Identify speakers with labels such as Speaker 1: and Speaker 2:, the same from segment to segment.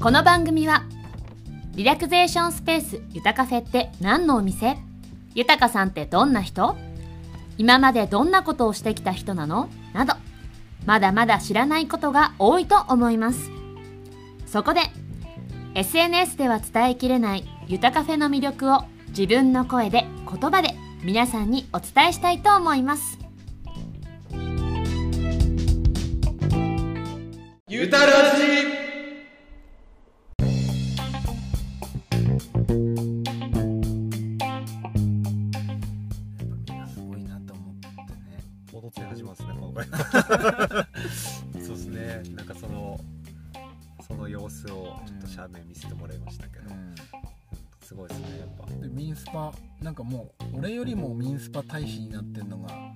Speaker 1: この番組はリラクゼーションスペースゆたカフェって何のお店？ゆたかさんってどんな人？今までどんなことをしてきた人なの？などまだまだ知らないことが多いと思います。そこで SNS では伝えきれないゆたカフェの魅力を自分の声で言葉で皆さんにお伝えしたいと思います。
Speaker 2: ゆたらじ踊って始まるんですね、この回そうですね、なんかその様子をちょっと斜面見せてもらいましたけど、すごいですね、やっぱ。
Speaker 3: でミンスパなんかもう俺よりもミンスパ大使になってんのが、はい、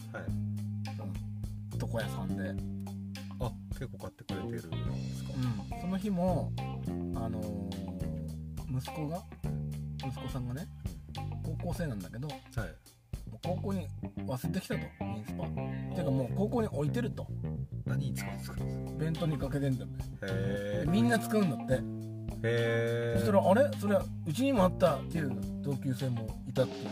Speaker 3: 床屋さんで、
Speaker 2: あ、結構買ってくれてるんですか？
Speaker 3: その日も息子さんがね、高校生なんだけど、はい、高校に忘れてきたと、ミンスパてかもう高校に置いてると。
Speaker 2: 何に使うんですか？
Speaker 3: 弁当にかけてんだよね。みんな使うんだって。そしたらあれそれうちにもあったっていう同級生もいたっていうから、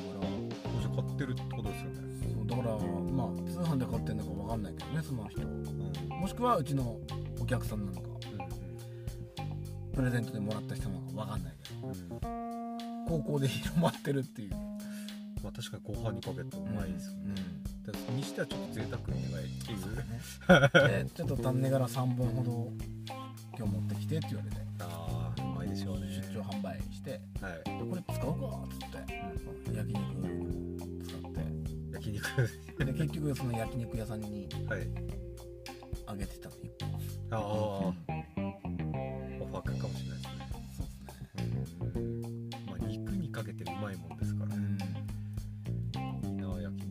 Speaker 2: もし買ってるってことですよね。
Speaker 3: そうだからまあ通販で買ってんのか分かんないけどね、その人、もしくはうちのお客さんなのか、プレゼントでもらった人なのか分かんないけど、高校で広まってるっていう。
Speaker 2: まあ確かに後半にかけるとうまいですよね。にしてはちょっと贅沢に願いっていうね。
Speaker 3: ちょっとタンネ柄3本ほど今日持ってきてって言われて、
Speaker 2: ああうまいでしょうね。
Speaker 3: 出張販売して、はい、これ使うかっつって、焼肉使って
Speaker 2: 焼肉
Speaker 3: で結局その焼肉屋さんにあげてたの1本。
Speaker 2: ああ、オファーかもしれないですね。そうですね。まあ肉にかけてうまいもんですからね。いいな焼肉。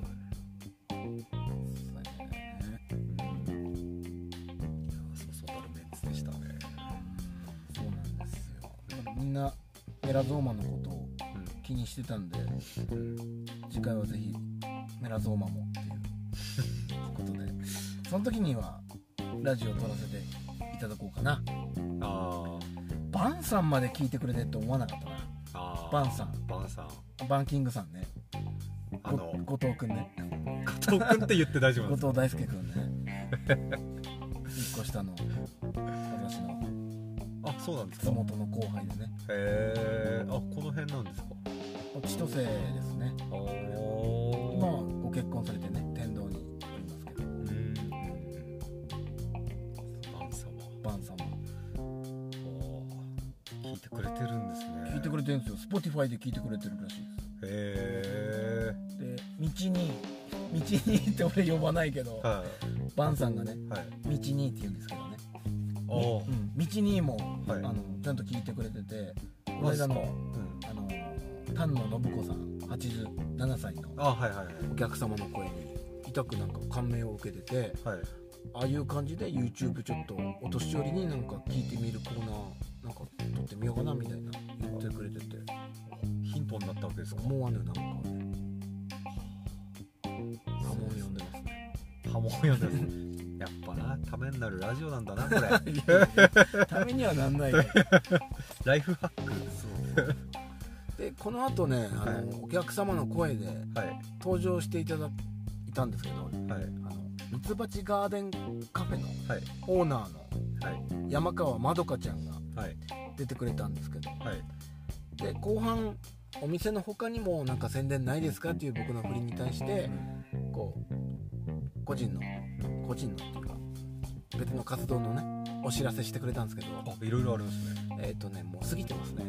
Speaker 2: そうたるメンツでしたね。
Speaker 3: そうなんですよ。みんなメラゾーマのことを気にしてたんで、次回はぜひメラゾーマもっていうことで、その時にはラジオを撮らせていただこうかな。バンさんまで聞いてくれてって思わなかったな。バンさん、バンキングさんね、後藤くんね。
Speaker 2: 後藤くんって言って大丈夫ですか？
Speaker 3: 後藤大輔くんね1個下の私の、
Speaker 2: あ、そうなんですか。
Speaker 3: 地元の後輩でね。
Speaker 2: あ、この辺なんですか？
Speaker 3: 千歳ですね。今ご結婚されてね、天童におりますけど。バン様
Speaker 2: 聞いてくれてるんですね。
Speaker 3: 聞いてくれてるんですよ。Spotify で聞いてくれてるらしいです。で、道にって俺呼ばないけど、バンさんがね、道にって言うんですけどね。道にもちゃんと聞いてくれてて、この間の丹野信子さん87歳のお客様の声に痛くなんか感銘を受けてて、ああいう感じで YouTube ちょっとお年寄りになんか聞いてみるコーナーなんか撮ってみようかなみたいな言ってくれてて、
Speaker 2: ヒントになったわけですか？
Speaker 3: 思わぬなんかね、波紋読んでますね。
Speaker 2: 波紋読んでますやっぱな、ためになるラジオなんだなこ
Speaker 3: れためにはなんないよ
Speaker 2: ライフハック。
Speaker 3: そうでこの後ね、お客様の声で登場していただいたんですけど、ミツバチガーデンカフェのオーナーの山川まどかちゃんが出てくれたんですけど、で後半お店の他にもなんか宣伝ないですかっていう僕の振りに対して、こう個人のっていうか別の活動のねお知らせしてくれたんですけど、
Speaker 2: いろいろあるんですね。
Speaker 3: もう過ぎてますね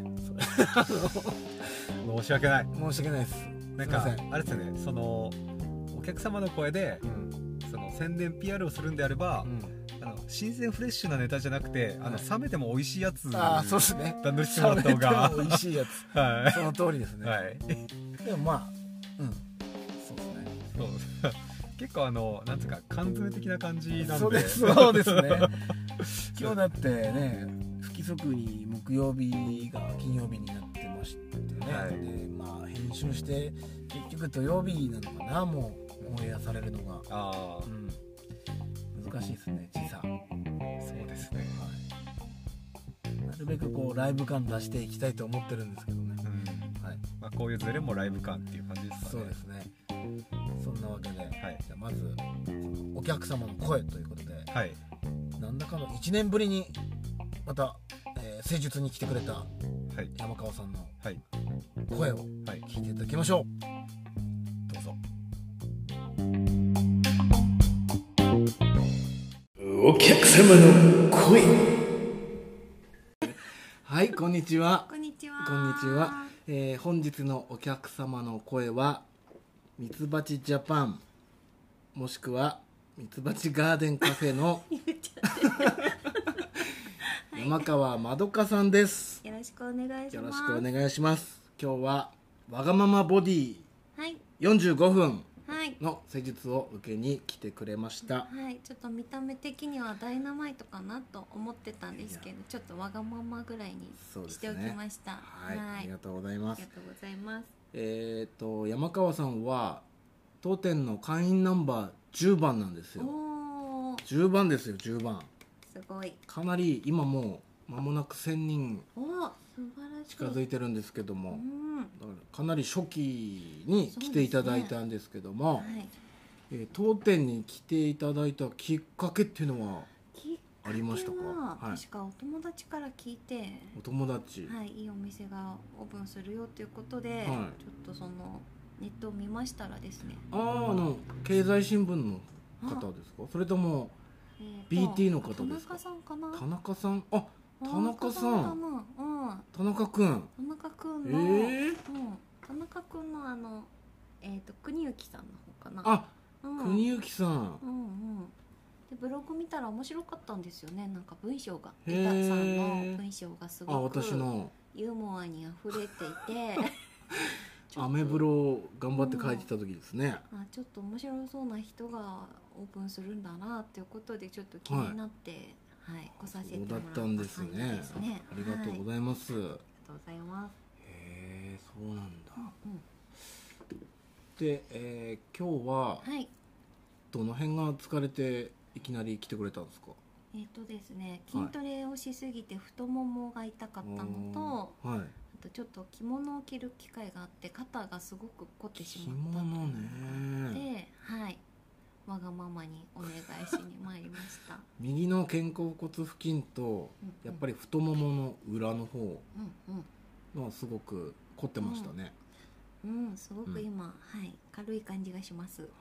Speaker 2: 申し訳ない
Speaker 3: です。
Speaker 2: なんかあれですよね、そのお客様の声で、その宣伝 PR をするんであれば、新鮮フレッシュなネタじゃなくて、冷めても美味しいやつ
Speaker 3: そうですね、
Speaker 2: 段取りしてもらった方が
Speaker 3: 冷めても美味しいやつその通りですね。でもまあそうですね。
Speaker 2: そう結構なんつうか缶詰的な感じなんで。
Speaker 3: そうですね今日だってね、不規則に木曜日が金曜日になってましてね、でまあ編集して結局土曜日なのかな、もうオンエアされるのが。難しいですね、時差。
Speaker 2: そうですね。
Speaker 3: なるるべくこうライブ感出していきたいと思ってるんですけどね、
Speaker 2: はい。まあ、こういうズレもライブ感っていう感じですかね。
Speaker 3: そうですね。そんなわけで、はい、じゃあまずお客様の声ということで、はい、なんだかの1年ぶりにまた、施術に来てくれた山川さんの声を聞いていただきましょう。どうぞ。お客様の声。はい、こんにちは。
Speaker 4: こんにちは。
Speaker 3: こんにちは。本日のお客様の声はミツバチジャパンもしくはミツバチガーデンカフェの山川まどかさんです。
Speaker 4: よろしくお願いします。
Speaker 3: よろしくお願いします。今日はわがままボディ
Speaker 4: はい
Speaker 3: 45分の施術を受けに来てくれました。
Speaker 4: はい、ちょっと見た目的にはダイナマイトかなと思ってたんですけど、ちょっとわがままぐらいにしておきました。
Speaker 3: はい、ありがとうございます。
Speaker 4: ありがとうございます。
Speaker 3: 山川さんは当店の会員ナンバー10番なんですよ。
Speaker 4: おー、
Speaker 3: 10番ですよ。10番
Speaker 4: すごい。
Speaker 3: かなり今もう間もなく1000人
Speaker 4: おー、素晴らしい。
Speaker 3: 近づいてるんですけども、
Speaker 4: うん、
Speaker 3: だからかなり初期に来ていただいたんですけども、当店に来ていただいたきっかけっていうのはありましたか？
Speaker 4: はい、確かお友達から聞いて、
Speaker 3: お友達、
Speaker 4: はい、いいお店がオープンするよということで、はい、ちょっとそのネットを見ましたらですね、
Speaker 3: 経済新聞の方ですか？それとも BT の方ですか？
Speaker 4: 田中さんかな？
Speaker 3: 田中さん、あ、田中さん、
Speaker 4: うん、
Speaker 3: 田中くん、
Speaker 4: 田中くんの、うん、田中くんの国幸さんの方かな。
Speaker 3: あ、国幸さん、
Speaker 4: うんうん。でブログ見たら面白かったんですよね。なんか文章が、伊田さんの文章がすごく
Speaker 3: 私の
Speaker 4: ユーモアにあふれていて
Speaker 3: アメブロを頑張って書いてた時ですね、
Speaker 4: ちょっと面白そうな人がオープンするんだなっていうことでちょっと気になって、はい、来させてもらった感じですね。
Speaker 3: ありがとうございます。
Speaker 4: ありがとうございます。
Speaker 3: へえ、そうなんだ。で、今日はどの辺が疲れていきなり来てくれたんですか？
Speaker 4: ですね、筋トレをしすぎて太ももが痛かったのと、あとちょっと着物を着る機会があって肩がすごく凝ってしまったので、はい、わがままにお願いしに参りました
Speaker 3: 右の肩甲骨付近とやっぱり太ももの裏の方がすごく凝ってましたね。
Speaker 4: すごく今、はい、軽い感じがします。
Speaker 3: はい、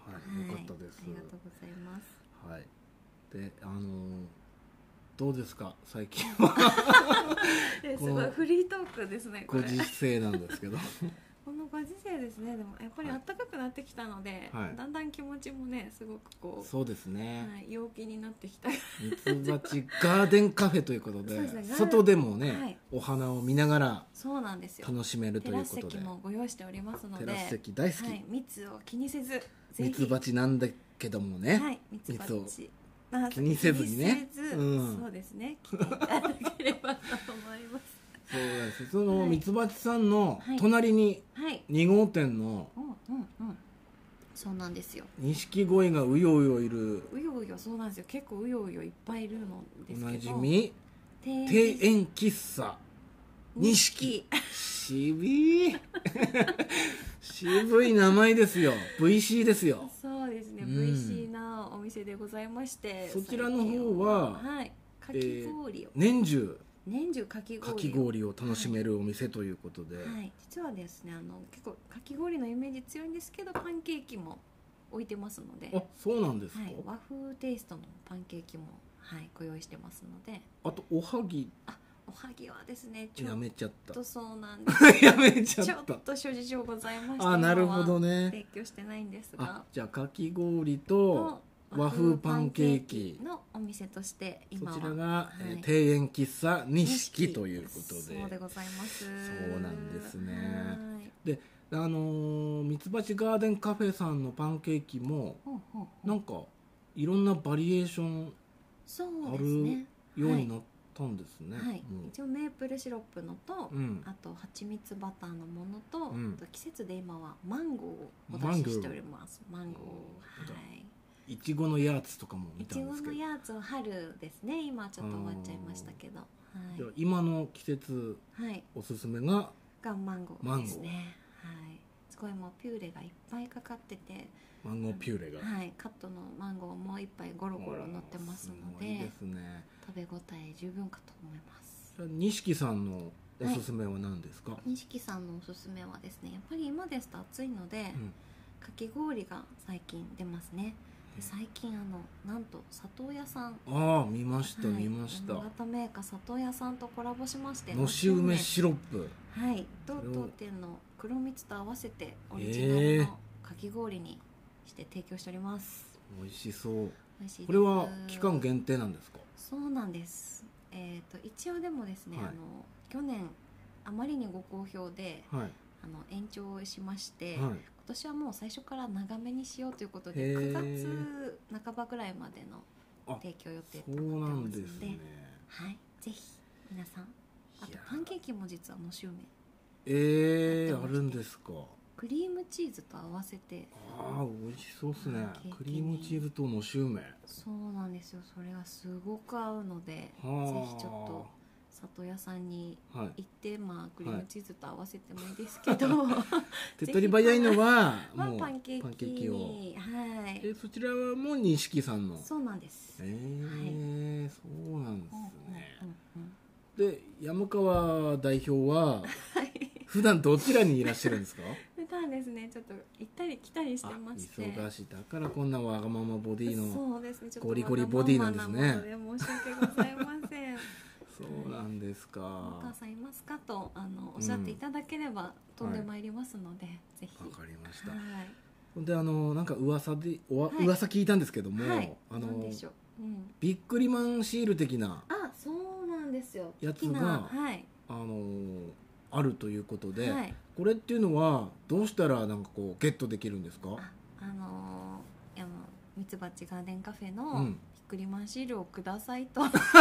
Speaker 3: よかったです。
Speaker 4: ありがとうございます。
Speaker 3: はい。で、どうですか最近は？
Speaker 4: すごいフリートークですね。
Speaker 3: ご時世なんですけど。
Speaker 4: このご時世ですね。でもやっぱり暖かくなってきたので、だんだん気持ちもねすごくこう、
Speaker 3: そうですね、
Speaker 4: 陽気になってきた。
Speaker 3: ミツバチガーデンカフェということで、外でもね、お花を見ながら楽しめるということで、
Speaker 4: テラス席もご用意しておりますので、
Speaker 3: テラス席大好き、
Speaker 4: 密を気にせず、
Speaker 3: ミツバチなんだけどもね、
Speaker 4: 密を
Speaker 3: 気にせずにね、
Speaker 4: そうですね、来ていただければと思います。
Speaker 3: そうです。そのミツバチさんの隣に2号店の
Speaker 4: そうなんですよ、
Speaker 3: 錦鯉がうようよいる、
Speaker 4: うようよ、そうなんですよ、結構うようよいっぱいいるのですけど、
Speaker 3: おなじみ庭園喫茶錦。渋い渋い名前ですよ。 VC ですよ。
Speaker 4: そうですね、VC なお店でございまして、
Speaker 3: そちらの方は
Speaker 4: かき氷を
Speaker 3: 年中
Speaker 4: かき
Speaker 3: 氷を楽しめるお店ということで、
Speaker 4: 実はですね、結構かき氷のイメージ強いんですけど、パンケーキも置いてますので。
Speaker 3: あ、そうなんですか。
Speaker 4: 和風テイストのパンケーキも、ご用意してますので。
Speaker 3: あとおはぎ、
Speaker 4: おはぎはですね、
Speaker 3: やめちゃった。
Speaker 4: そうなんです
Speaker 3: やめちゃった。
Speaker 4: ちょっと諸事情ございまして、
Speaker 3: なるほどね、
Speaker 4: 提供してないんですが、
Speaker 3: じゃあかき氷と和風パンケーキ
Speaker 4: のお店として今は
Speaker 3: そちらが、庭園喫茶錦ということで、
Speaker 4: そうでございます。
Speaker 3: そうなんですね。で、ミツバチガーデンカフェさんのパンケーキもなんかいろんなバリエーションあるようになったんですね。
Speaker 4: 一応メープルシロップのと、あと蜂蜜バターのものと、あと季節で今はマンゴーをお出ししております。マンゴー、
Speaker 3: いちごのやつとかも見たんですけど、
Speaker 4: いちごのやつは春ですね。今ちょっと終わっちゃいましたけど、
Speaker 3: じゃあ今の季節、おすすめが
Speaker 4: マンゴーですね。すごいもうピューレがいっぱいかかってて、
Speaker 3: マンゴーピューレが、
Speaker 4: カットのマンゴーもいっぱいゴロゴロ乗ってますので、
Speaker 3: いいですね、
Speaker 4: 食べ応え十分かと思います。
Speaker 3: 錦さんのおすすめは何ですか？
Speaker 4: 錦さんのおすすめはですね、やっぱり今ですと暑いので、かき氷が最近出ますね。で最近なんと里屋さん、
Speaker 3: 見ました、見ました。
Speaker 4: 大型メーカー里屋さんとコラボしまして、
Speaker 3: のし梅シロップ、
Speaker 4: と当店の黒蜜と合わせてオリジナルのかき氷にして提供しております。
Speaker 3: 美味しそう。これは期間限定なんですか？
Speaker 4: そうなんです。一応でもですね、去年あまりにご好評で、延長しまして、今年はもう最初から長めにしようということで9月半ばぐらいまでの提供予定となってますので、ぜひ皆さん、あとパンケーキも実はのし梅
Speaker 3: あるんですか？
Speaker 4: クリームチーズと合わせて、
Speaker 3: 美味しそうですね。クリームチーズとのし梅、
Speaker 4: そうなんですよ。それがすごく合うので、ぜひちょっと里屋さんに行って、クリームチーズと合わせてもいいですけど、
Speaker 3: 手っ取り早いのはもう
Speaker 4: パンケーキに、
Speaker 3: そちらはもう錦さんの。
Speaker 4: そうなんです。
Speaker 3: そうなんですね。で山川代表は普段どちらにいらっしゃるんですか？
Speaker 4: 普段ですね、ちょっと行ったり来たりしてまして、
Speaker 3: 忙しい。だからこんなわがままボディの、
Speaker 4: そうですね、ちょっと
Speaker 3: ゴリゴリボディなんですね。
Speaker 4: 申し訳ございません。
Speaker 3: そうなんですか。
Speaker 4: お母さんいますかとおっしゃっていただければ飛んでまいりますので、ぜひ。
Speaker 3: わかりました。でなんか噂聞いたんですけども、ビックリマンシール的な
Speaker 4: そうなんですよ、
Speaker 3: やつがあるということで、これっていうのはどうしたらなんかこうゲットできるんですか？
Speaker 4: ミツバチガーデンカフェのビックリマンシールをくださいと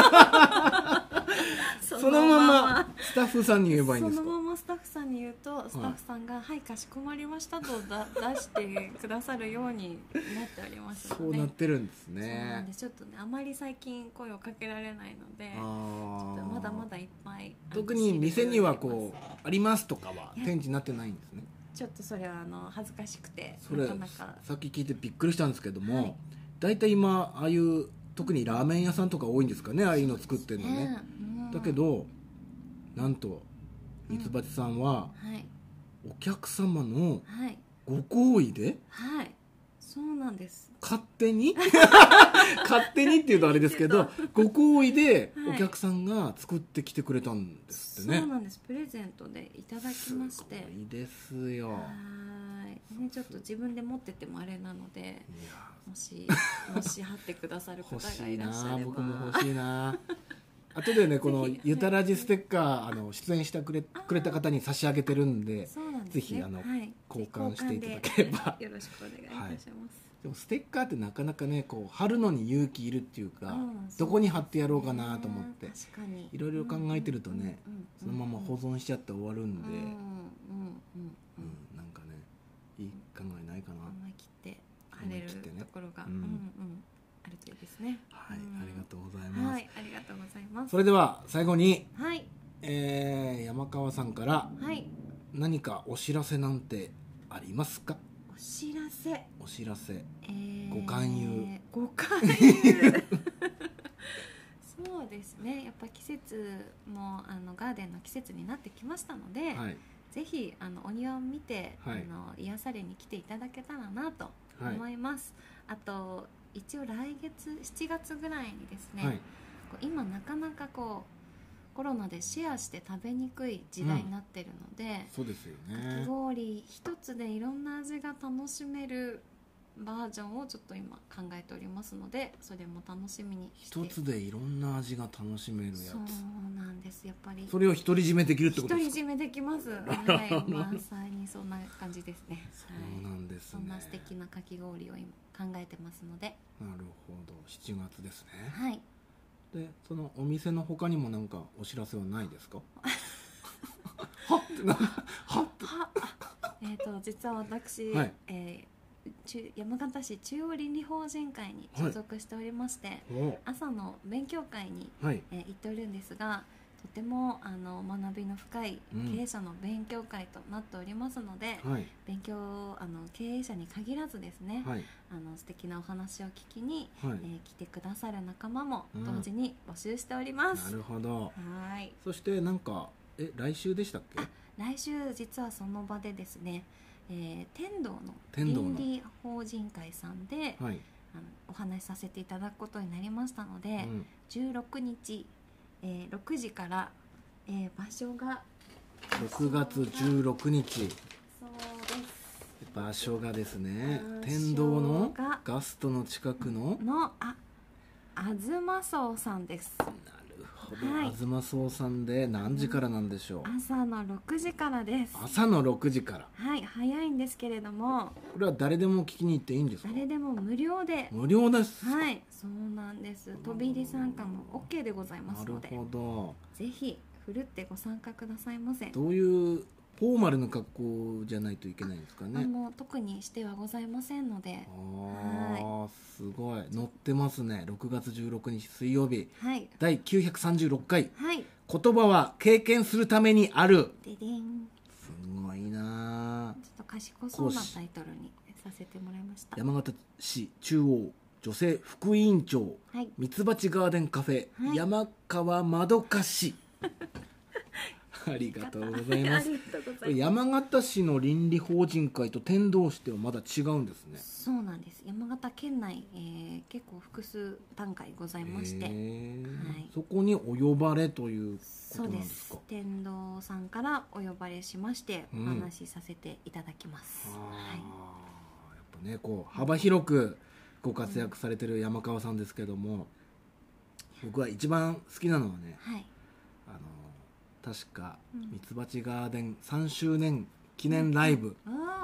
Speaker 3: そのままスタッフさんに言えばいいんですか？
Speaker 4: そのままスタッフさんに言うと、スタッフさんがはいかしこまりましたと出してくださるようになっておりますので、
Speaker 3: そうなってるんですね。
Speaker 4: そうなんです。ちょっとね、あまり最近声をかけられないので、ちょっとまだまだいっぱい。
Speaker 3: 特に店にはこうありますとかは展示になってないんですね。
Speaker 4: ちょっとそれは恥ずかしくて、
Speaker 3: それなかなかさっき聞いてびっくりしたんですけども、だいたい今ああいう特にラーメン屋さんとか多いんですかね、ああいうの作ってるのね。だけどなんとミツバチさんはお客様のご好意で、
Speaker 4: そうなんです。
Speaker 3: 勝手に勝手にっていうとあれですけど、ご好意でお客さんが作ってきてくれたんですってね。
Speaker 4: そうなんです。プレゼントでいただきまして。
Speaker 3: すごいですよ。
Speaker 4: ね、ちょっと自分で持っててもあれなので、もし貼ってくださる方がいらっしゃれば。
Speaker 3: 僕も欲しいな。後でね、このゆたらじステッカー出演してくれた方に差し上げてるんで、ぜひ交換していただければ
Speaker 4: よろしくお願いいたします。
Speaker 3: でもステッカーってなかなかね、こう貼るのに勇気いるっていうか、どこに貼ってやろうかなと思っていろいろ考えてるとね、そのまま保存しちゃって終わるんで、なんかね、いい考えないかな。
Speaker 4: 思い切って貼れるところがあるといいですね。
Speaker 3: はい、ありがとうございます。
Speaker 4: ありがとうございます。
Speaker 3: それでは最後に、山川さんから何かお知らせなんてありますか？
Speaker 4: お知らせ、
Speaker 3: ご勧誘
Speaker 4: そうですね、やっぱ季節もガーデンの季節になってきましたので、ぜひお庭を見て、癒されに来ていただけたらなと思います。あと一応来月7月ぐらいにですね、今なかなかこうコロナでシェアして食べにくい時代になってるので、
Speaker 3: そうですよね、
Speaker 4: かき氷一つでいろんな味が楽しめるバージョンをちょっと今考えておりますので、それも楽しみにして。
Speaker 3: 一つでいろんな味が楽しめるやつ。
Speaker 4: そうなんです。やっぱり
Speaker 3: それを独り占めできるってことですか？
Speaker 4: 独り占めできます。まさにそんな感じですね。
Speaker 3: そうなんですね。
Speaker 4: そんな素敵なかき氷を今考えてますので。
Speaker 3: なるほど、7月ですね。
Speaker 4: はい。
Speaker 3: でそのお店の他にも何かお知らせはないですか？はってなは
Speaker 4: 実は私、山形市中央倫理法人会に所属しておりまして、朝の勉強会に、行っておるんですが、 とても学びの深い経営者の勉強会となっておりますので、勉強経営者に限らずですね、素敵なお話を聞きに、来てくださる仲間も同時に募集しております。
Speaker 3: なるほど。
Speaker 4: はい。
Speaker 3: そしてなんか来週でしたっけ？
Speaker 4: 来週実はその場でですね、天童の倫理法人会さんで、お話しさせていただくことになりましたので、16日、6時から、場所が
Speaker 3: 6月16日、
Speaker 4: そうです。
Speaker 3: 場所がですね、天童のガストの近くの
Speaker 4: 東荘さんです。
Speaker 3: なるほど、東荘さんで何時からなんでしょう？
Speaker 4: 朝の6時からです。
Speaker 3: 朝の6時から。
Speaker 4: はい、早いんですけれども、
Speaker 3: これは誰でも聞きに行っていいんですか？
Speaker 4: 誰でも無料で。
Speaker 3: 無料です。
Speaker 4: はい、そうなんです。飛び入り参加も OK でございますので、
Speaker 3: なるほど。
Speaker 4: ぜひふるってご参加くださいませ。
Speaker 3: どういうフォーマルな格好じゃないといけないんですかね？
Speaker 4: 特にしてはございませんので。
Speaker 3: すごい載ってますね。6月16日水曜日、
Speaker 4: 第
Speaker 3: 936回、言葉は経験するためにある。
Speaker 4: ででん。
Speaker 3: すごいな。
Speaker 4: ちょっと賢そうなタイトルにさせてもらいました。
Speaker 3: 山形市中央女性副委員長、ミツバチガーデンカフェ、山川まどか市ありがとうございます。山形市の倫理法人会と天童市ではまだ違うんですね。
Speaker 4: そうなんです。山形県内、結構複数段階ございまして、
Speaker 3: そこにお呼ばれということなんですか？
Speaker 4: そうです。天童さんからお呼ばれしましてお話しさせていただきます。
Speaker 3: やっぱね、こう幅広くご活躍されてる山川さんですけども、僕は一番好きなのはね、確かミツバチガーデン3周年記念ライブ、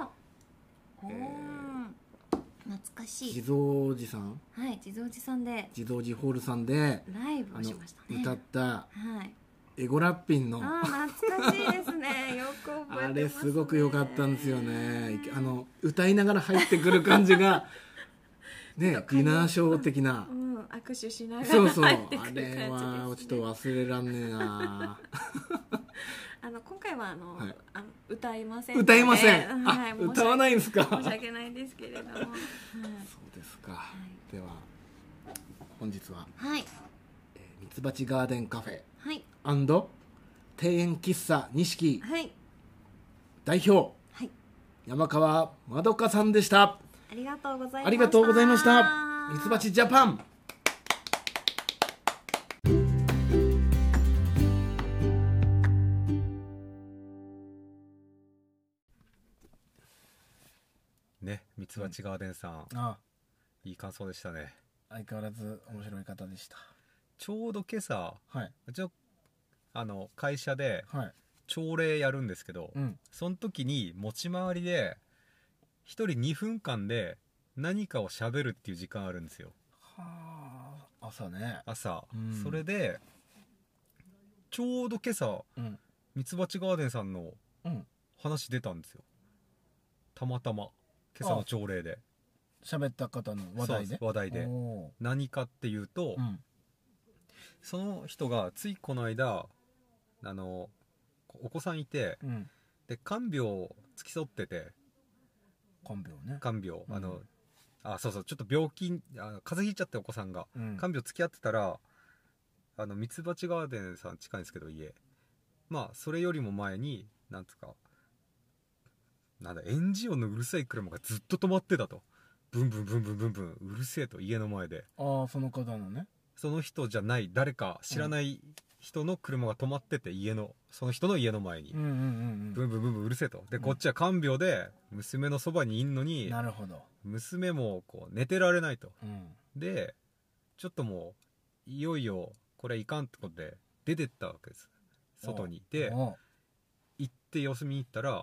Speaker 4: 懐かしい。
Speaker 3: 地蔵寺さん、
Speaker 4: 地蔵寺さんで、
Speaker 3: 地蔵寺ホールさんで
Speaker 4: ライブをしましたね。
Speaker 3: 歌ったエゴラッピンの、
Speaker 4: 懐かしいですね。よく覚えてますね。
Speaker 3: あれすごく良かったんですよね。歌いながら入ってくる感じがね、ディナーショー的な、
Speaker 4: 握手しながら
Speaker 3: そうそう、
Speaker 4: 入ってくる感じですね。
Speaker 3: あれはちょっと忘れらんねえな
Speaker 4: 今回は歌いません。
Speaker 3: 歌いません。歌わないんですか？
Speaker 4: 申し訳ないですけれども、そう
Speaker 3: ですか。では本日は
Speaker 4: ミ
Speaker 3: ツバチガーデンカフェ&
Speaker 4: 庭
Speaker 3: 園喫茶錦代表、山川まどかさんでした。
Speaker 4: ありがとうございました。
Speaker 3: ありがとうございました。ミツバチジャパン。
Speaker 2: ね、ミツバチガーデンさん、いい感想でしたね。
Speaker 3: 相変わらず面白い方でした。
Speaker 2: ちょうど今朝、会社で朝礼やるんですけど、その時に持ち回りで1人2分間で何かを喋るっていう時間あるんですよ。
Speaker 3: 朝ね。
Speaker 2: それでちょうど今朝、ミツバチガーデンさんの話出たんですよ。たまたま今朝の朝礼で
Speaker 3: 喋った方の話題で
Speaker 2: 何かっていうと、その人がついこの間お子さんいて、で看病を付き添ってて、
Speaker 3: 看病、
Speaker 2: そうそう、ちょっと病気風邪ひいちゃってお子さんが、看病付き合ってたらミツバチガーデンさん近いんですけど家、それよりも前にエンジン音のうるさい車がずっと止まってたと。ブンブンブンブンブンブンうるせえと、家の前で。
Speaker 3: その方のね、
Speaker 2: その人じゃない誰か知らない人の車が止まってて、その人の家の前にブンブンブンブンうるせえと。でこっちは看病で娘のそばにいんのに、
Speaker 3: なるほど、
Speaker 2: 娘もこう寝てられないと、でちょっともういよいよこれいかんってことで出てったわけです、外に。で行って様子見に行ったら、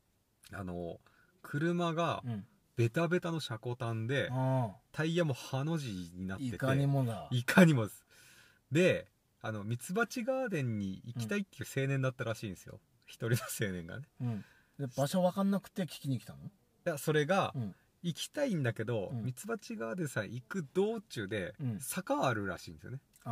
Speaker 2: 車がベタベタの車庫端で、タイヤもハの字になってて、
Speaker 3: いかにもだ。
Speaker 2: いかにもです。でミツバチガーデンに行きたいっていう青年だったらしいんですよ、一人の青年がね。
Speaker 3: で場所分かんなくて聞きに来たの？
Speaker 2: いや、それが、行きたいんだけど、ミツバチガーデンさん行く道中で、坂あるらしいんですよね。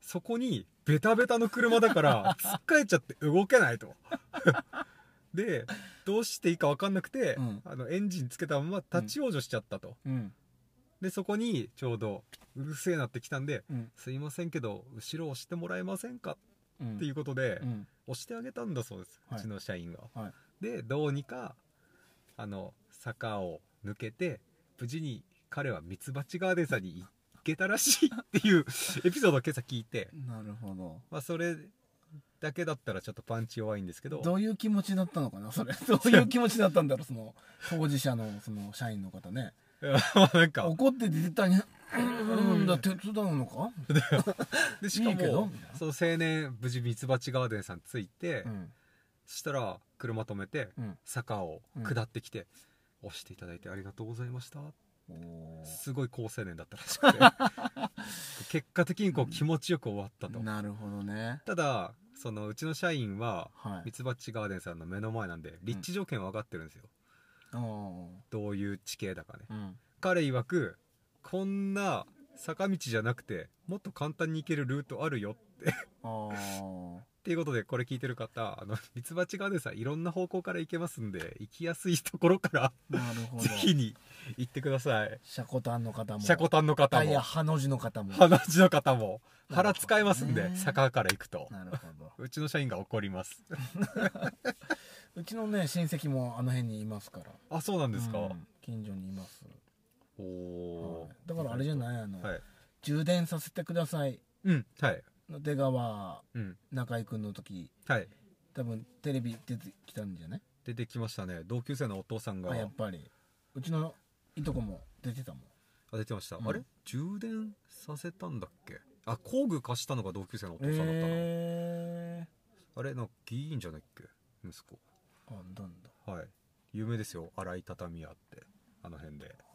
Speaker 2: そこにベタベタの車だからつっかえちゃって動けないとでどうしていいか分かんなくて、エンジンつけたまま立ち往生しちゃったと、でそこにちょうどうるせえなってきたんで、すいませんけど後ろ押してもらえませんかっていうことで、押してあげたんだそうです、うちの社員が、でどうにか坂を抜けて無事に彼はミツバチガーデンさんに行けたらしいっていうエピソードを今朝聞いて、
Speaker 3: なるほど、
Speaker 2: まあそれだけだったらちょっとパンチ弱いんですけど、
Speaker 3: どういう気持ちだったのかなそれどういう気持ちだったんだろう、その当事者のその社員の方ね
Speaker 2: なんか
Speaker 3: 怒って出てたにだ手伝うのか
Speaker 2: でしかもその青年無事ミツバチガーデンさん着いて、そしたら車止めて、坂を下ってきて、押していただいてありがとうございました、すごい好青年だったらしくて結果的にこう気持ちよく終わったと、
Speaker 3: なるほどね。
Speaker 2: ただそのうちの社員はミツバチガーデンさんの目の前なんで立地条件は分かってるんですよ、どういう地形だかね、彼曰くこんな坂道じゃなくてもっと簡単に行けるルートあるよってっていうことで、これ聞いてる方ミツバチガーデンさんいろんな方向から行けますんで、行きやすいところからぜひに行ってください。
Speaker 3: シャコタンの方も
Speaker 2: シャコタンの方も、
Speaker 3: いやハの字の方も、
Speaker 2: ハの字の方も腹使えますんで、坂から行くと
Speaker 3: なるほど
Speaker 2: うちの社員が怒ります
Speaker 3: うちのね親戚もあの辺にいますから。
Speaker 2: あ、そうなんですか、
Speaker 3: 近所にいます。
Speaker 2: お、
Speaker 3: だからあれじゃない、充電させてください、の出川、中居君の時、多分テレビ出てきたんじゃない？
Speaker 2: 出てきましたね。同級生のお父さんが。
Speaker 3: やっぱりうちのいとこも出てたもん。
Speaker 2: 出てました、あれ充電させたんだっけ。工具貸したのが同級生のお父さんだったな、あれなんか議員じゃないっけ息子。
Speaker 3: なんだ、
Speaker 2: 有名ですよ、洗い畳屋ってあの辺で。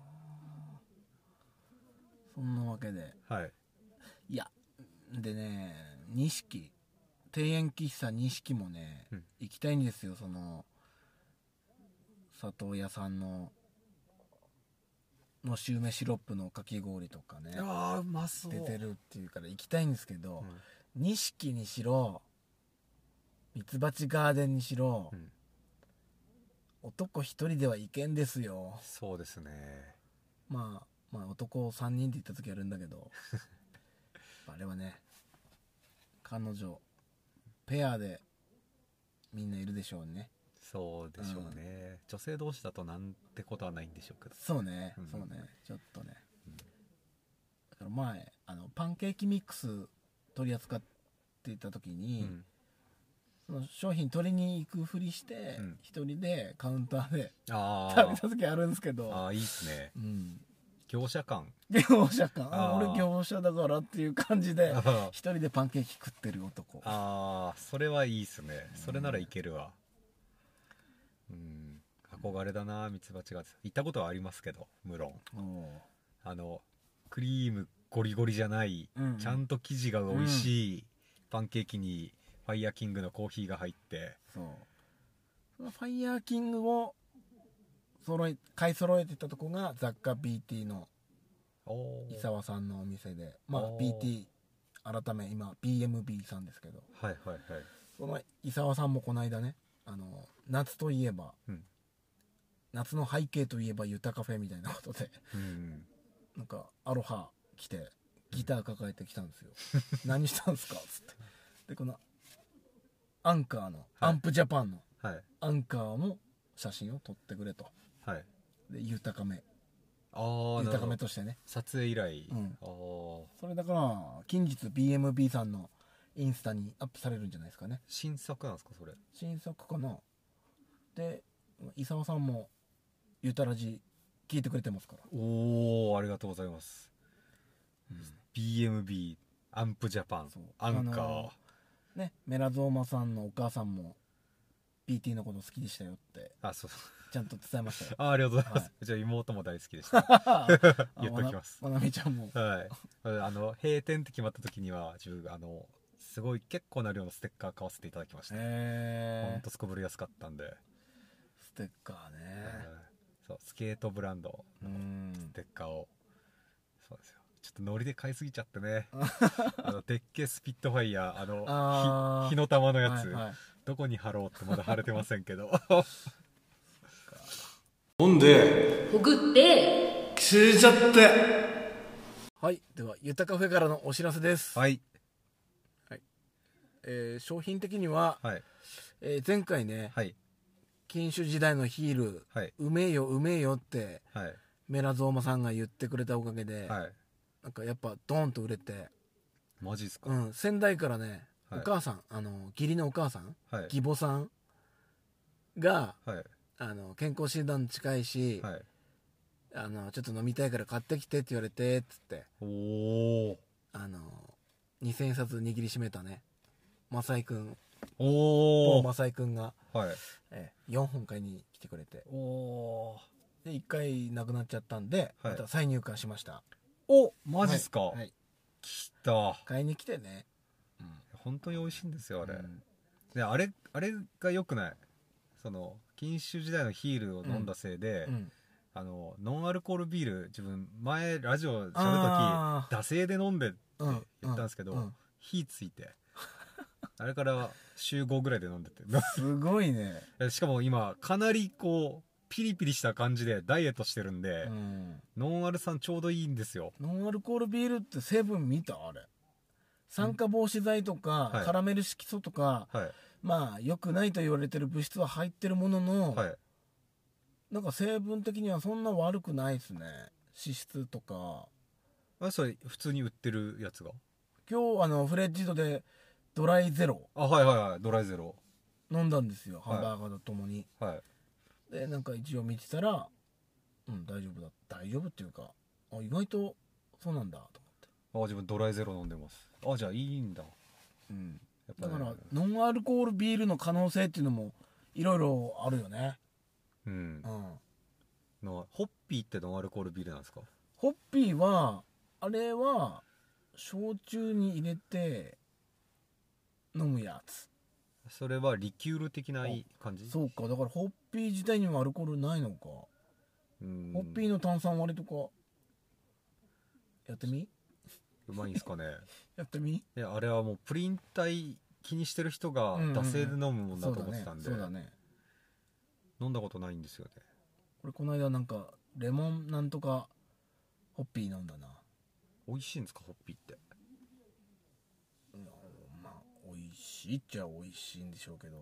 Speaker 3: そんなわけで、いやでね、錦庭園喫茶錦もね、行きたいんですよ。その里親さんののし梅シロップのかき氷とかね、
Speaker 2: うまそう
Speaker 3: 出てるっていうから行きたいんですけど、錦にしろミツバチガーデンにしろ、男一人では行けんですよ。
Speaker 2: そうですね。
Speaker 3: まあ男3人で行った時あるんだけどあれはね、彼女ペアでみんないるでしょうね。
Speaker 2: そうでしょうね、女性同士だとなんてことはないんでしょうけど。
Speaker 3: そうね、ちょっとね、だから前パンケーキミックス取り扱っていた時に、その商品取りに行くふりして一人でカウンターで食べた時あるんですけど、
Speaker 2: いいっすね、業者感、
Speaker 3: 俺業者だからっていう感じで一人でパンケーキ食ってる男。
Speaker 2: それはいいっすね。それならいけるわ。憧れだな、ミツバチが。行ったことはありますけど、無論クリームゴリゴリじゃない、ちゃんと生地が美味しいパンケーキにファイヤーキングのコーヒーが入って、
Speaker 3: そのファイヤーキングを買い揃えてたとこが雑貨 BT の伊沢さんのお店で、BT 改め今 BMB さんですけど、その伊沢さんもこの間ね、夏といえば、夏の背景といえばユタカフェみたいなことで、なんかアロハ着てギター抱えてきたんですよ何したんですかっつって、でこのアンカーの、アンプジャパンの、アンカーの写真を撮ってくれと、でユタカメとしてね、
Speaker 2: 撮影依頼、
Speaker 3: それだから近日 BMB さんのインスタにアップされるんじゃないですかね。
Speaker 2: 新作なんですかそれ。
Speaker 3: 新作かな。で伊沢さんもユタラジ聞いてくれてますから。
Speaker 2: ありがとうございます、BMB アンプジャパンアンカー、
Speaker 3: メラゾーマさんのお母さんも BT のこと好きでしたよってちゃんと伝えましたよ
Speaker 2: ありがとうございます、じゃあ妹も大好きでした言っときます。
Speaker 3: まなみちゃんも
Speaker 2: 閉店って決まった時には自分すごい結構な量のステッカー買わせていただきました。ほんとすこぶる安かったんで。
Speaker 3: ステッカーね、
Speaker 2: そうスケートブランドのステッカーを、そうですよ、 ちょっとノリで買いすぎちゃってね鉄血スピットファイヤー火の玉のやつ、はいはい、どこに貼ろうってまだ貼れてませんけど
Speaker 3: 飲んで
Speaker 1: ほぐって
Speaker 3: 消えちゃってはい、ではゆたカフェからのお知らせです。
Speaker 2: はい、
Speaker 3: はい、商品的には、はい前回ね、はい、禁酒時代のヒール、はい、うめえようめえよって、はい、メラゾーマさんが言ってくれたおかげで、はい、なんかやっぱドーンと売れて。
Speaker 2: マジっすか？
Speaker 3: うん、仙台からね、はい、お母さん義理のお母さん、はい、義母さんが、はい、健康診断近いし、はい、ちょっと飲みたいから買ってきてって言われてっつって、おお2000円札握りしめたねマサイくん、おおマサイくんが、はい4本買いに来てくれて、おおで1回なくなっちゃったんで、はい、また再入荷しました。
Speaker 2: おマジっすか？はい、はい、来た。
Speaker 3: 買いに来てね、
Speaker 2: うん、本当に美味しいんですよあれ、うん、であれが良くない、その禁酒時代のヒールを飲んだせいで、うんうんノンアルコールビール自分前ラジオ喋るとき惰性で飲んでって言ったんですけど、火ついてあれから週5ぐらいで飲んでて
Speaker 3: すごいね
Speaker 2: しかも今かなりこうピリピリした感じでダイエットしてるんで、ノンアルさんちょうどいいんですよ。
Speaker 3: ノンアルコールビールって成分見た？あれ酸化防止剤とか、はい、カラメル色素とか、はい、まあ良くないと言われてる物質は入ってるものの、はい、なんか成分的にはそんな悪くないですね。脂質とか。
Speaker 2: それ普通に売ってるやつが
Speaker 3: 今日フレッジドでドライゼロ、
Speaker 2: はいはいはい、ドライゼロ
Speaker 3: 飲んだんですよ、ハンバーガーとともに、はい、でなんか一応見てたら大丈夫だ、大丈夫っていうか意外とそうなんだと
Speaker 2: 思って、自分ドライゼロ飲んでます。じゃあいいんだ、うん、
Speaker 3: やっぱ、ね、だからノンアルコールビールの可能性っていうのもいろいろあるよね。うん、
Speaker 2: ホッピーってノンアルコールビールなんですか？
Speaker 3: ホッピーはあれは焼酎に入れて飲むやつ。
Speaker 2: それはリキュール的な感じ？
Speaker 3: そうか、だからホッピー自体にはアルコールないのか。ホッピーの炭酸割りとかやってみ？
Speaker 2: うまいんすかね
Speaker 3: やってみ？
Speaker 2: いやあれはもうプリン体気にしてる人が惰性で飲むもんだと思ってたんで、
Speaker 3: そうだね、
Speaker 2: 飲んだことないんですよね。
Speaker 3: これこの間なんかレモンなんとかホッピー飲んだな。
Speaker 2: 美味しいんですかホッピーって？
Speaker 3: まあ美味しいっちゃ美味しいんでしょうけど、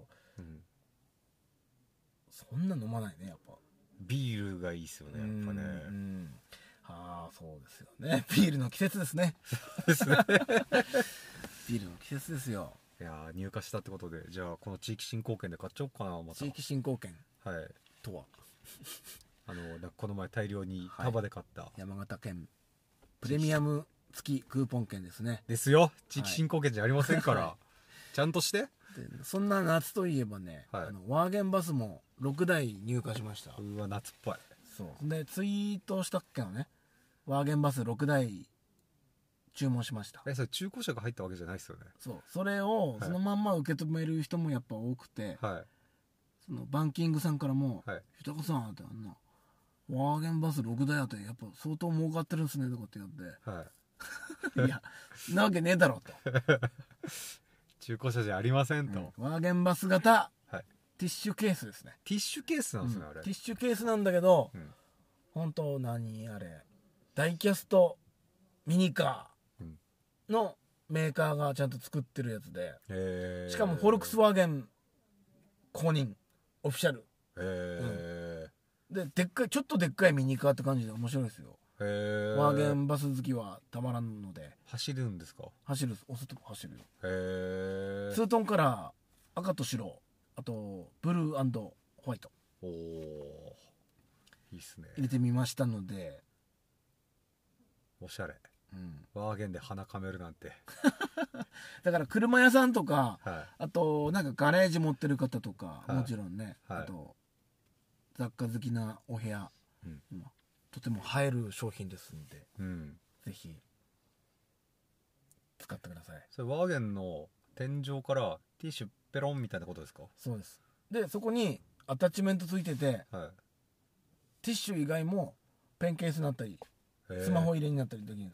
Speaker 3: そんな飲まないねやっぱ。
Speaker 2: ビールがいいですよねやっぱね。
Speaker 3: そうですよね、ビールの季節ですねですねビールの季節ですよ。
Speaker 2: いや入荷したってことで、じゃあこの地域振興券で買っちゃおうかな。また
Speaker 3: 地域振興券、
Speaker 2: はい、
Speaker 3: とは
Speaker 2: この前大量に束で買った、
Speaker 3: 山形県プレミアム付きクーポン券ですね。
Speaker 2: ですよ、地域振興券じゃありませんから、ちゃんとして。
Speaker 3: でそんな夏といえばね、ワーゲンバスも6台入荷しました。
Speaker 2: うわ夏っぽい。
Speaker 3: そうでツイートしたっけのね、ワーゲンバス6台注文しました。
Speaker 2: それ中古車が入ったわけじゃないですよね。
Speaker 3: そう、それをそのまんま受け止める人もやっぱ多くて、そのバンキングさんからも「豊さん」ってワーゲンバス6台あってやっぱ相当儲かってるんですねとかって言って、いやなわけねえだろと
Speaker 2: 中古車じゃありませんと、
Speaker 3: ワーゲンバス型ティッシュケースですね。
Speaker 2: ティッシュケースなんですね、あれ。
Speaker 3: ティッシュケースなんだけど、本当何あれダイキャストミニカーのメーカーがちゃんと作ってるやつで、しかもフォルクスワーゲン公認オフィシャル、ででっかい、ちょっとでっかいミニカーって感じで面白いですよ。ワーゲンバス好きはたまらんので。
Speaker 2: 走るんですか？
Speaker 3: 走る、押すと走るよ。ツートンカラー、赤と白、あとブルー&ホワイト、お
Speaker 2: おいいっすね。
Speaker 3: 入れてみましたので、
Speaker 2: おしゃれ、ワーゲンで鼻かめるなんて
Speaker 3: だから車屋さんとか、あとなんかガレージ持ってる方とか、もちろんね、あと雑貨好きなお部屋、とても映える商品ですんで、ぜひ使ってください。
Speaker 2: それワーゲンの天井からティッシュペロンみたいなことですか？
Speaker 3: そうです。でそこにアタッチメントついてて、ティッシュ以外もペンケースになったりスマホ入れになったりできるんですよ。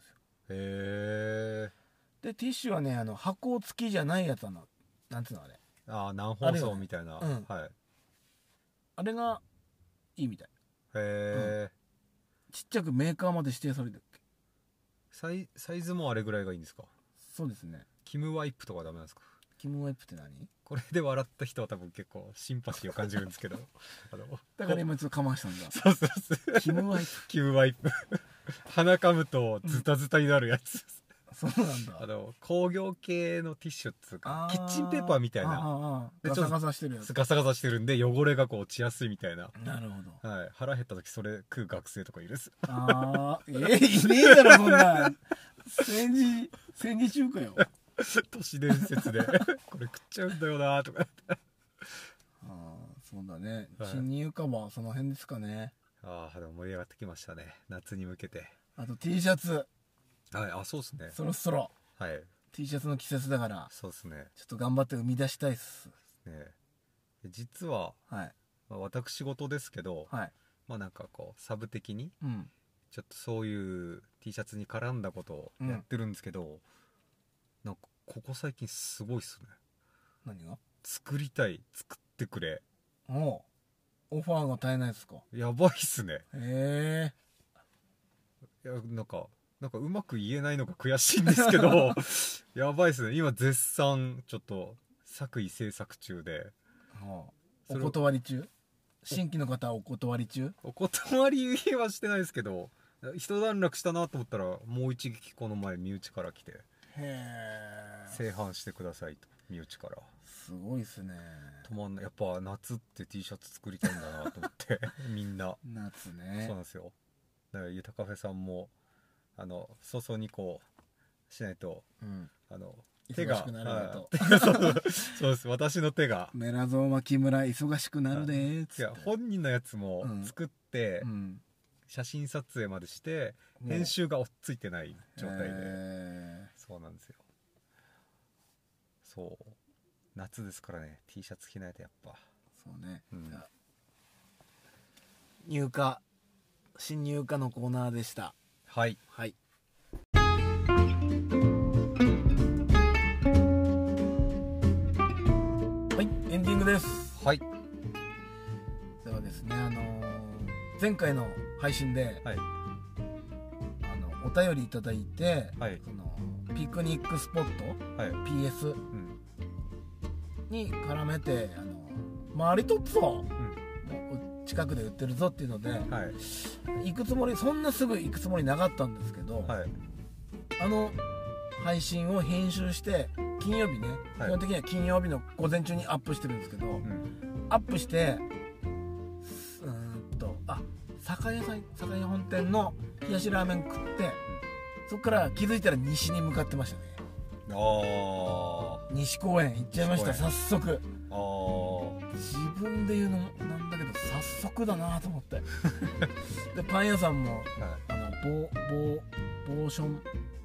Speaker 2: へえ。
Speaker 3: でティッシュはね箱付きじゃないやつなんていうのあれ、
Speaker 2: 南包装みたいな、はい、
Speaker 3: あれがいいみたい。
Speaker 2: へえ、
Speaker 3: ちっちゃくメーカーまで指定されてるっけ。
Speaker 2: サイズもあれぐらいがいいんですか。
Speaker 3: そうですね。
Speaker 2: キムワイプとかダメなんですか。
Speaker 3: キムワイプって何？
Speaker 2: これで笑った人は多分結構シンパシーを感じるんですけど
Speaker 3: だから今ちょっとかましたんだ。
Speaker 2: そうそうそう、
Speaker 3: キムワイプ
Speaker 2: キムワイプ鼻かむとズタズタになるやつ、
Speaker 3: そうなんだ。
Speaker 2: 工業系のティッシュっつうかキッチンペーパーみたいな
Speaker 3: ガサガサしてるやつ、
Speaker 2: ガサガサしてるんで汚れがこう落ちやすいみたいな。
Speaker 3: なるほど、
Speaker 2: はい、腹減った時それ食う学生とかいるっす。
Speaker 3: いねえだろそんな戦時中華よ
Speaker 2: 都市伝説でこれ食っちゃうんだよなとか
Speaker 3: そうだね、はい、新入荷はその辺ですかね。
Speaker 2: でも盛り上がってきましたね、夏に向けて。
Speaker 3: あと T シャツ、
Speaker 2: はい、そうですね、
Speaker 3: そろそろ、
Speaker 2: はい、
Speaker 3: T シャツの季節だから、
Speaker 2: そうですね、
Speaker 3: ちょっと頑張って生み出したいっす
Speaker 2: ね。実は、はい、私事ですけど、はい、なんかこうサブ的に、ちょっとそういう T シャツに絡んだことをやってるんですけど、なんかここ最近すごいっすね。
Speaker 3: 何が？
Speaker 2: 作りたい、作ってくれ。
Speaker 3: オファーが絶えないですか？
Speaker 2: やばいっすね。
Speaker 3: へ
Speaker 2: え。いやなんかうまく言えないのが悔しいんですけどやばいっすね。今絶賛ちょっと作為制作中で、
Speaker 3: お断り中？新規の方はお断り中？
Speaker 2: お断りはしてないですけど、一段落したなと思ったらもう一撃この前身内から来て、製版してくださいと、身内から。
Speaker 3: すごいっすね。
Speaker 2: 止まんない。やっぱ夏って T シャツ作りたいんだなと思ってみんな
Speaker 3: 夏ね。
Speaker 2: そうなんですよ。だからゆたカフェさんも早々にこうしないと、手がそうです、私の手が
Speaker 3: メラゾーマ木村忙しくなるでーっつって。
Speaker 2: いや本人のやつも作って、写真撮影までして編集が追っついてない状態で、そうなんですよ。そう夏ですからね、 T シャツ着ないとやっぱ。
Speaker 3: そうね、新入荷のコーナーでした。
Speaker 2: はい
Speaker 3: はい、エンディングです。
Speaker 2: はい。
Speaker 3: ではですね、前回の配信で、お便りいただいて、ピクニックスポット、PS、に絡めてマリトッツォ、近くで売ってるぞっていうので、行くつもり、そんなすぐ行くつもりなかったんですけど、配信を編集して金曜日ね、基本的には金曜日の午前中にアップしてるんですけど、アップして酒屋本店の冷やしラーメン食って、そこから気づいたら西に向かってましたね。西公園行っちゃいました。早速。自分で言うのなんだけど早速だなと思ってでパン屋さんも、ボーション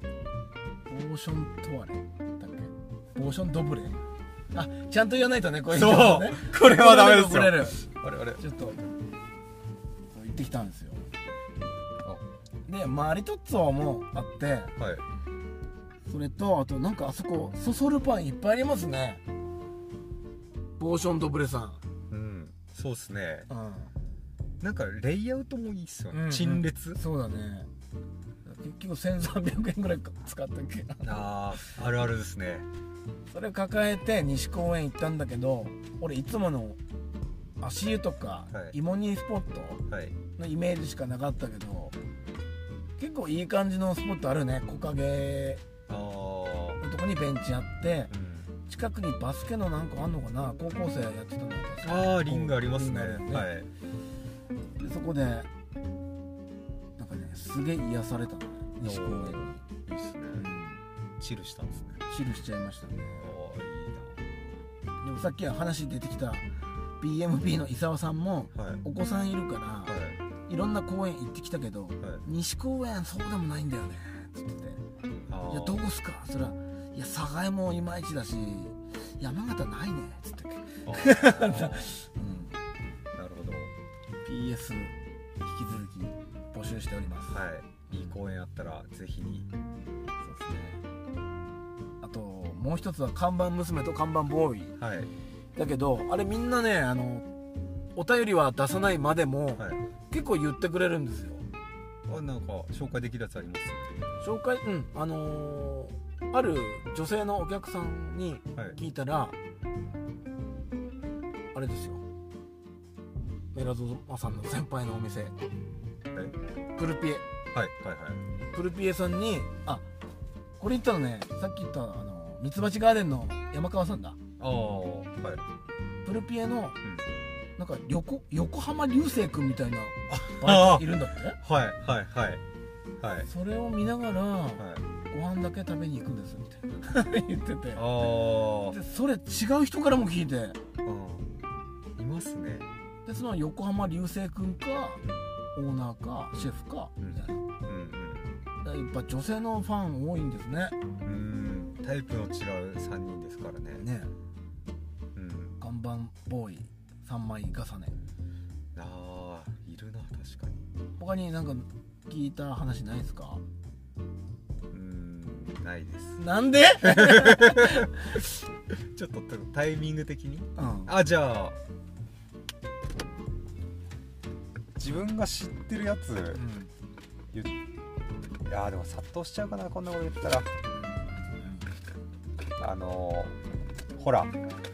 Speaker 3: トワレだっけ、ボーションドブレ、ちゃんと言わないとね、こういうのね。
Speaker 2: これはダメですよ。
Speaker 3: ちょっと行ってきたんですよ。でマリトッツォもあって、それとあとなんかあそこそそるパンいっぱいありますね。ボーションドブレさん。
Speaker 2: そうっすね。なんかレイアウトもいいっすよね。陳列。
Speaker 3: そうだね。結局1300円ぐらい使ったっけ。
Speaker 2: あるあるですね。
Speaker 3: それ抱えて西公園行ったんだけど、俺いつもの足湯とか芋煮スポットのイメージしかなかったけど、結構いい感じのスポットあるね。木陰のとこにベンチあって、近くにバスケのなんかあんのかな、高校生やってたのか。
Speaker 2: リングありますね。
Speaker 3: でそこでなんかね、すげえ癒されたの、西公園に。いいっ
Speaker 2: すね。チルしたんですね。
Speaker 3: チルしちゃいましたね。
Speaker 2: いいな。
Speaker 3: でもさっき話出てきた BMB の伊沢さんも、お子さんいるから、いろんな公園行ってきたけど、西公園そうでもないんだよねっつってて、いやどこっすか、それはいや寒河江もいまいちだし山形ないねっつってなるほど。PS 引き続き募集しております。
Speaker 2: いい公演あったらぜひに。そうです
Speaker 3: ね。あともう一つは看板娘と看板ボーイ、はい、だけどあれみんなねお便りは出さないまでも、はい、結構言ってくれるんですよ。
Speaker 2: なんか紹介できるやつあります？
Speaker 3: 紹介、ある女性のお客さんに聞いたら、はい、あれですよ、メラゾマさんの先輩のお店、プルピエ、はいはいはい、プルピエさんにこれ言ったのね、さっき言ったミツバチガーデンの山川さんだ。はい、プルピエの、なんか横浜流星君みたいなバイいるんだって。はいはいはいはい。それを見ながら、はい、ご飯だけ食べに行くんですみたいな言ってて、でそれ違う人からも聞いて、
Speaker 2: いますね。
Speaker 3: でその横浜流星君かオーナーかシェフかみたいな、やっぱ女性のファン多いんですね。
Speaker 2: タイプの違う3人ですからね。
Speaker 3: 看板ボーイ3枚重ね。
Speaker 2: いるな、確かに。
Speaker 3: 他になんか聞いた話ないですか？
Speaker 2: ないです。
Speaker 3: なんで？
Speaker 2: ちょっとタイミング的に、じゃあ自分が知ってるやつ、いやでも殺到しちゃうかな、こんなこと言ったら。ほら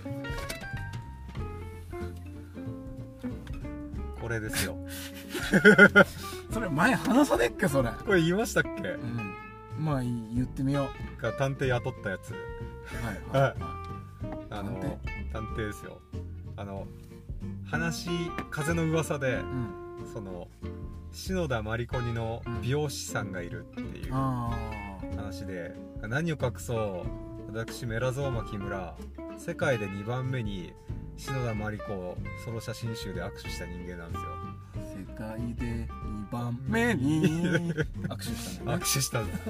Speaker 2: これですよ。
Speaker 3: それ前話さねっけ、それ。
Speaker 2: これ言いましたっけ？
Speaker 3: まあ言ってみよ
Speaker 2: う。探偵雇ったやつ。はいはい。探偵ですよ。風の噂で、その篠田麻里子にの美容師さんがいるっていう話で、何を隠そう、私メラゾーマ木村、世界で2番目に篠田麻里子ソロ写真集で握手した人間なんですよ。
Speaker 3: 世界で2番目に握手したんだね。
Speaker 2: 握手したんです。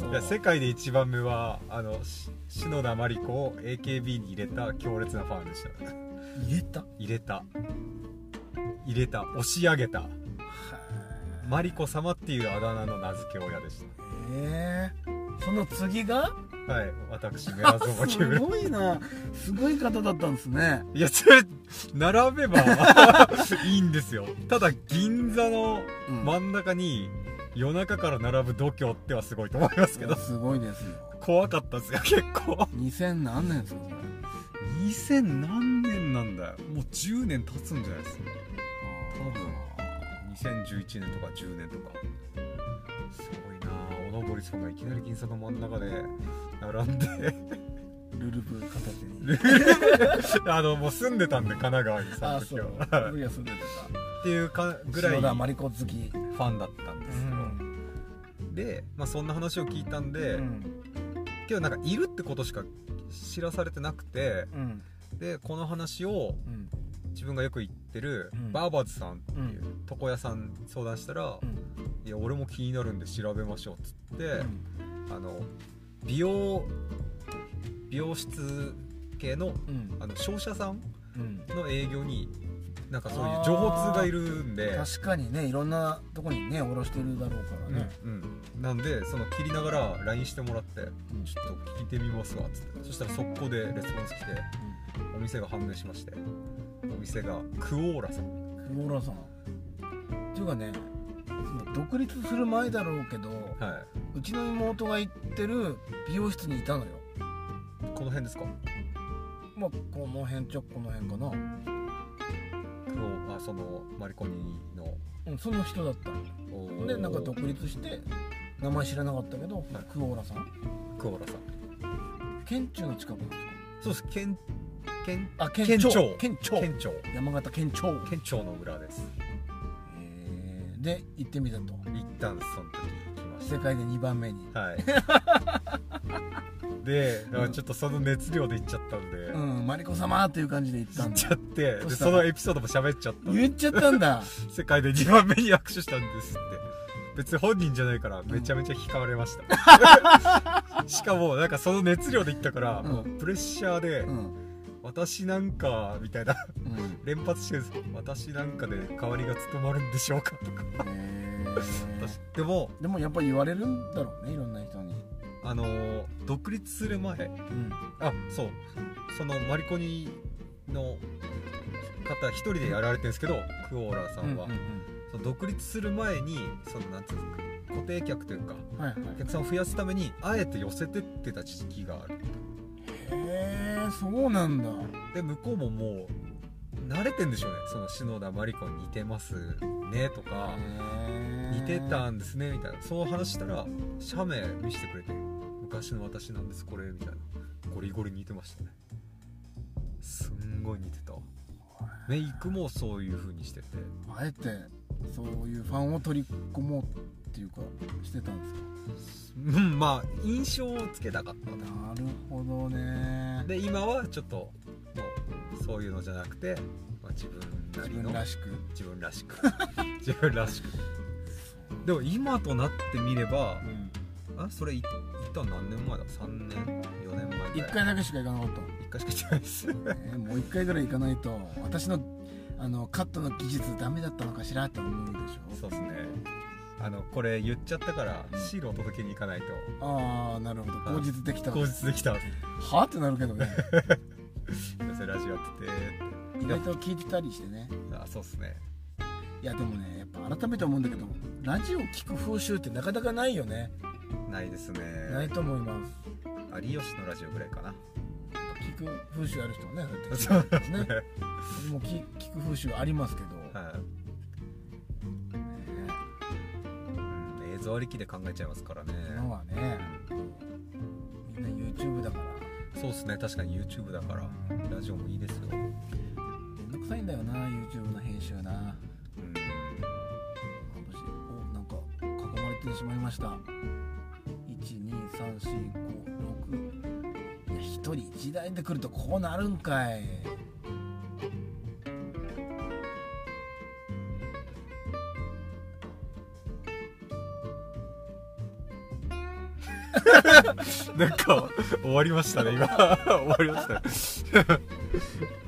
Speaker 2: いや、世界で1番目は篠田麻里子を AKB に入れた強烈なファンでした。入れた押し上げたマリコ様っていうあだ名の名付け親でした。
Speaker 3: その次が
Speaker 2: はい、私メラゾーマ木村。
Speaker 3: すごいな、すごい方だったんですね。
Speaker 2: いや、それ並べばいいんですよ。ただ銀座の真ん中に夜中から並ぶ度胸ってはすごいと思いますけど。
Speaker 3: すごいですよ。
Speaker 2: 怖かったですよ、結構。
Speaker 3: 2000何年ですか、それ。
Speaker 2: 2000何年なんだよ。もう10年経つんじゃないですか。多分2011年とか10年とか。すごいな、おのぼりさんがいきなり銀座の真ん中で並んで
Speaker 3: ルルブ片手
Speaker 2: にもう住んでたんで、神奈川にさ、
Speaker 3: 時は。いや、住んでた
Speaker 2: っていうかぐらい
Speaker 3: 篠田麻里子好きフ
Speaker 2: ァンだったんですよ。で、そんな話を聞いたんで、けどなんかいるってことしか知らされてなくて、でこの話を自分がよく行ってるバーバーズさんっていう床屋さん相談したら、いや俺も気になるんで調べましょうっつって、美容室系の、商社さんの営業になんかそういう情報通がいるんで、
Speaker 3: 確かにね、いろんなとこにね卸してるだろうからね、
Speaker 2: なんでその切りながら LINE してもらって、ちょっと聞いてみますわっつって、そしたら速攻でレスポンス来て、お店が判明しまして、お店がクオーラさん
Speaker 3: っていうかね、独立する前だろうけど、うちの妹が行ってる美容室にいたのよ。
Speaker 2: この辺ですか？
Speaker 3: まあこの辺この辺かな。
Speaker 2: そのマリコニの、
Speaker 3: その人だったので、なんか独立して名前知らなかったけど、クオーラさん県庁の近くなんですか？
Speaker 2: そうです。県庁
Speaker 3: 山形県庁
Speaker 2: の裏です。
Speaker 3: で行ってみたと。
Speaker 2: 行ったんです。その時行きました。
Speaker 3: 世界で2番目に。
Speaker 2: で、ちょっとその熱量で行っちゃったんで、
Speaker 3: マリコ様っていう感じで行ったんだ。
Speaker 2: 行っちゃって、でそのエピソードも喋っちゃった。
Speaker 3: 言っちゃったんだ。
Speaker 2: 世界で2番目に握手したんですって。別に本人じゃないからめちゃめちゃ引かれました。しかもなんかその熱量で行ったから、もうプレッシャーで、私なんかみたいな、連発してるんです。私なんかで代わりが務まるんでしょうかとか。 でも
Speaker 3: やっぱり言われるんだろうね、いろんな人に。
Speaker 2: 独立する前、そう、そのマリコニの方一人でやられてるんですけど、クオーラさんは、その独立する前にそのなんていうんですか、固定客というか、お客さんを増やすためにあえて寄せてってた時期がある。
Speaker 3: へえ、そうなんだ。
Speaker 2: で向こうももう慣れてんでしょうね、その篠田麻里子に似てますねとか、似てたんですねみたいな、そう話したら写メ見せてくれて、昔の私なんですこれみたいな、ゴリゴリ似てましたね。すんごい似てた。メイクもそういう風にしてて、
Speaker 3: あえてそういうファンを取り込もうっていうかしてたんですか。
Speaker 2: まあ印象をつけたかった。
Speaker 3: なるほどね。
Speaker 2: で今はちょっともうそういうのじゃなくて、自分なりの自分らしくでも今となってみれば、それ行ったの何年前だ、3年4年前ぐらい。
Speaker 3: 1回だけしか行かなかった。
Speaker 2: 1回しか行ってないですもう
Speaker 3: 1回ぐらい行かないと私のカットの技術ダメだったのかしらって思うでしょ。
Speaker 2: そうですね。これ言っちゃったからシールを届けに行かないと。
Speaker 3: ああ、なるほど。口実できたはってなるけどね
Speaker 2: ラジオやってて
Speaker 3: 意外と聞いてたりしてね。
Speaker 2: そうっすね。
Speaker 3: いやでもね、やっぱ改めて思うんだけど、ラジオ聞く風習ってなかなかないよね。
Speaker 2: ないですね。
Speaker 3: ないと思います。
Speaker 2: 有吉のラジオぐらいかな。
Speaker 3: 聞く風習ある人はね、そうですね。もう聞く風習ありますけど、
Speaker 2: 映像ありきで考えちゃいますからね。
Speaker 3: 今はね、みんな YouTube だから。
Speaker 2: そうですね、確かに YouTube だから、ラジオもいいですよ。
Speaker 3: めんどくさいんだよな、 YouTube の編集な。私なんか囲まれてしまいました。12345いや、一人一台で来るとこうなるんかい。
Speaker 2: なんか終わりましたね今終わりました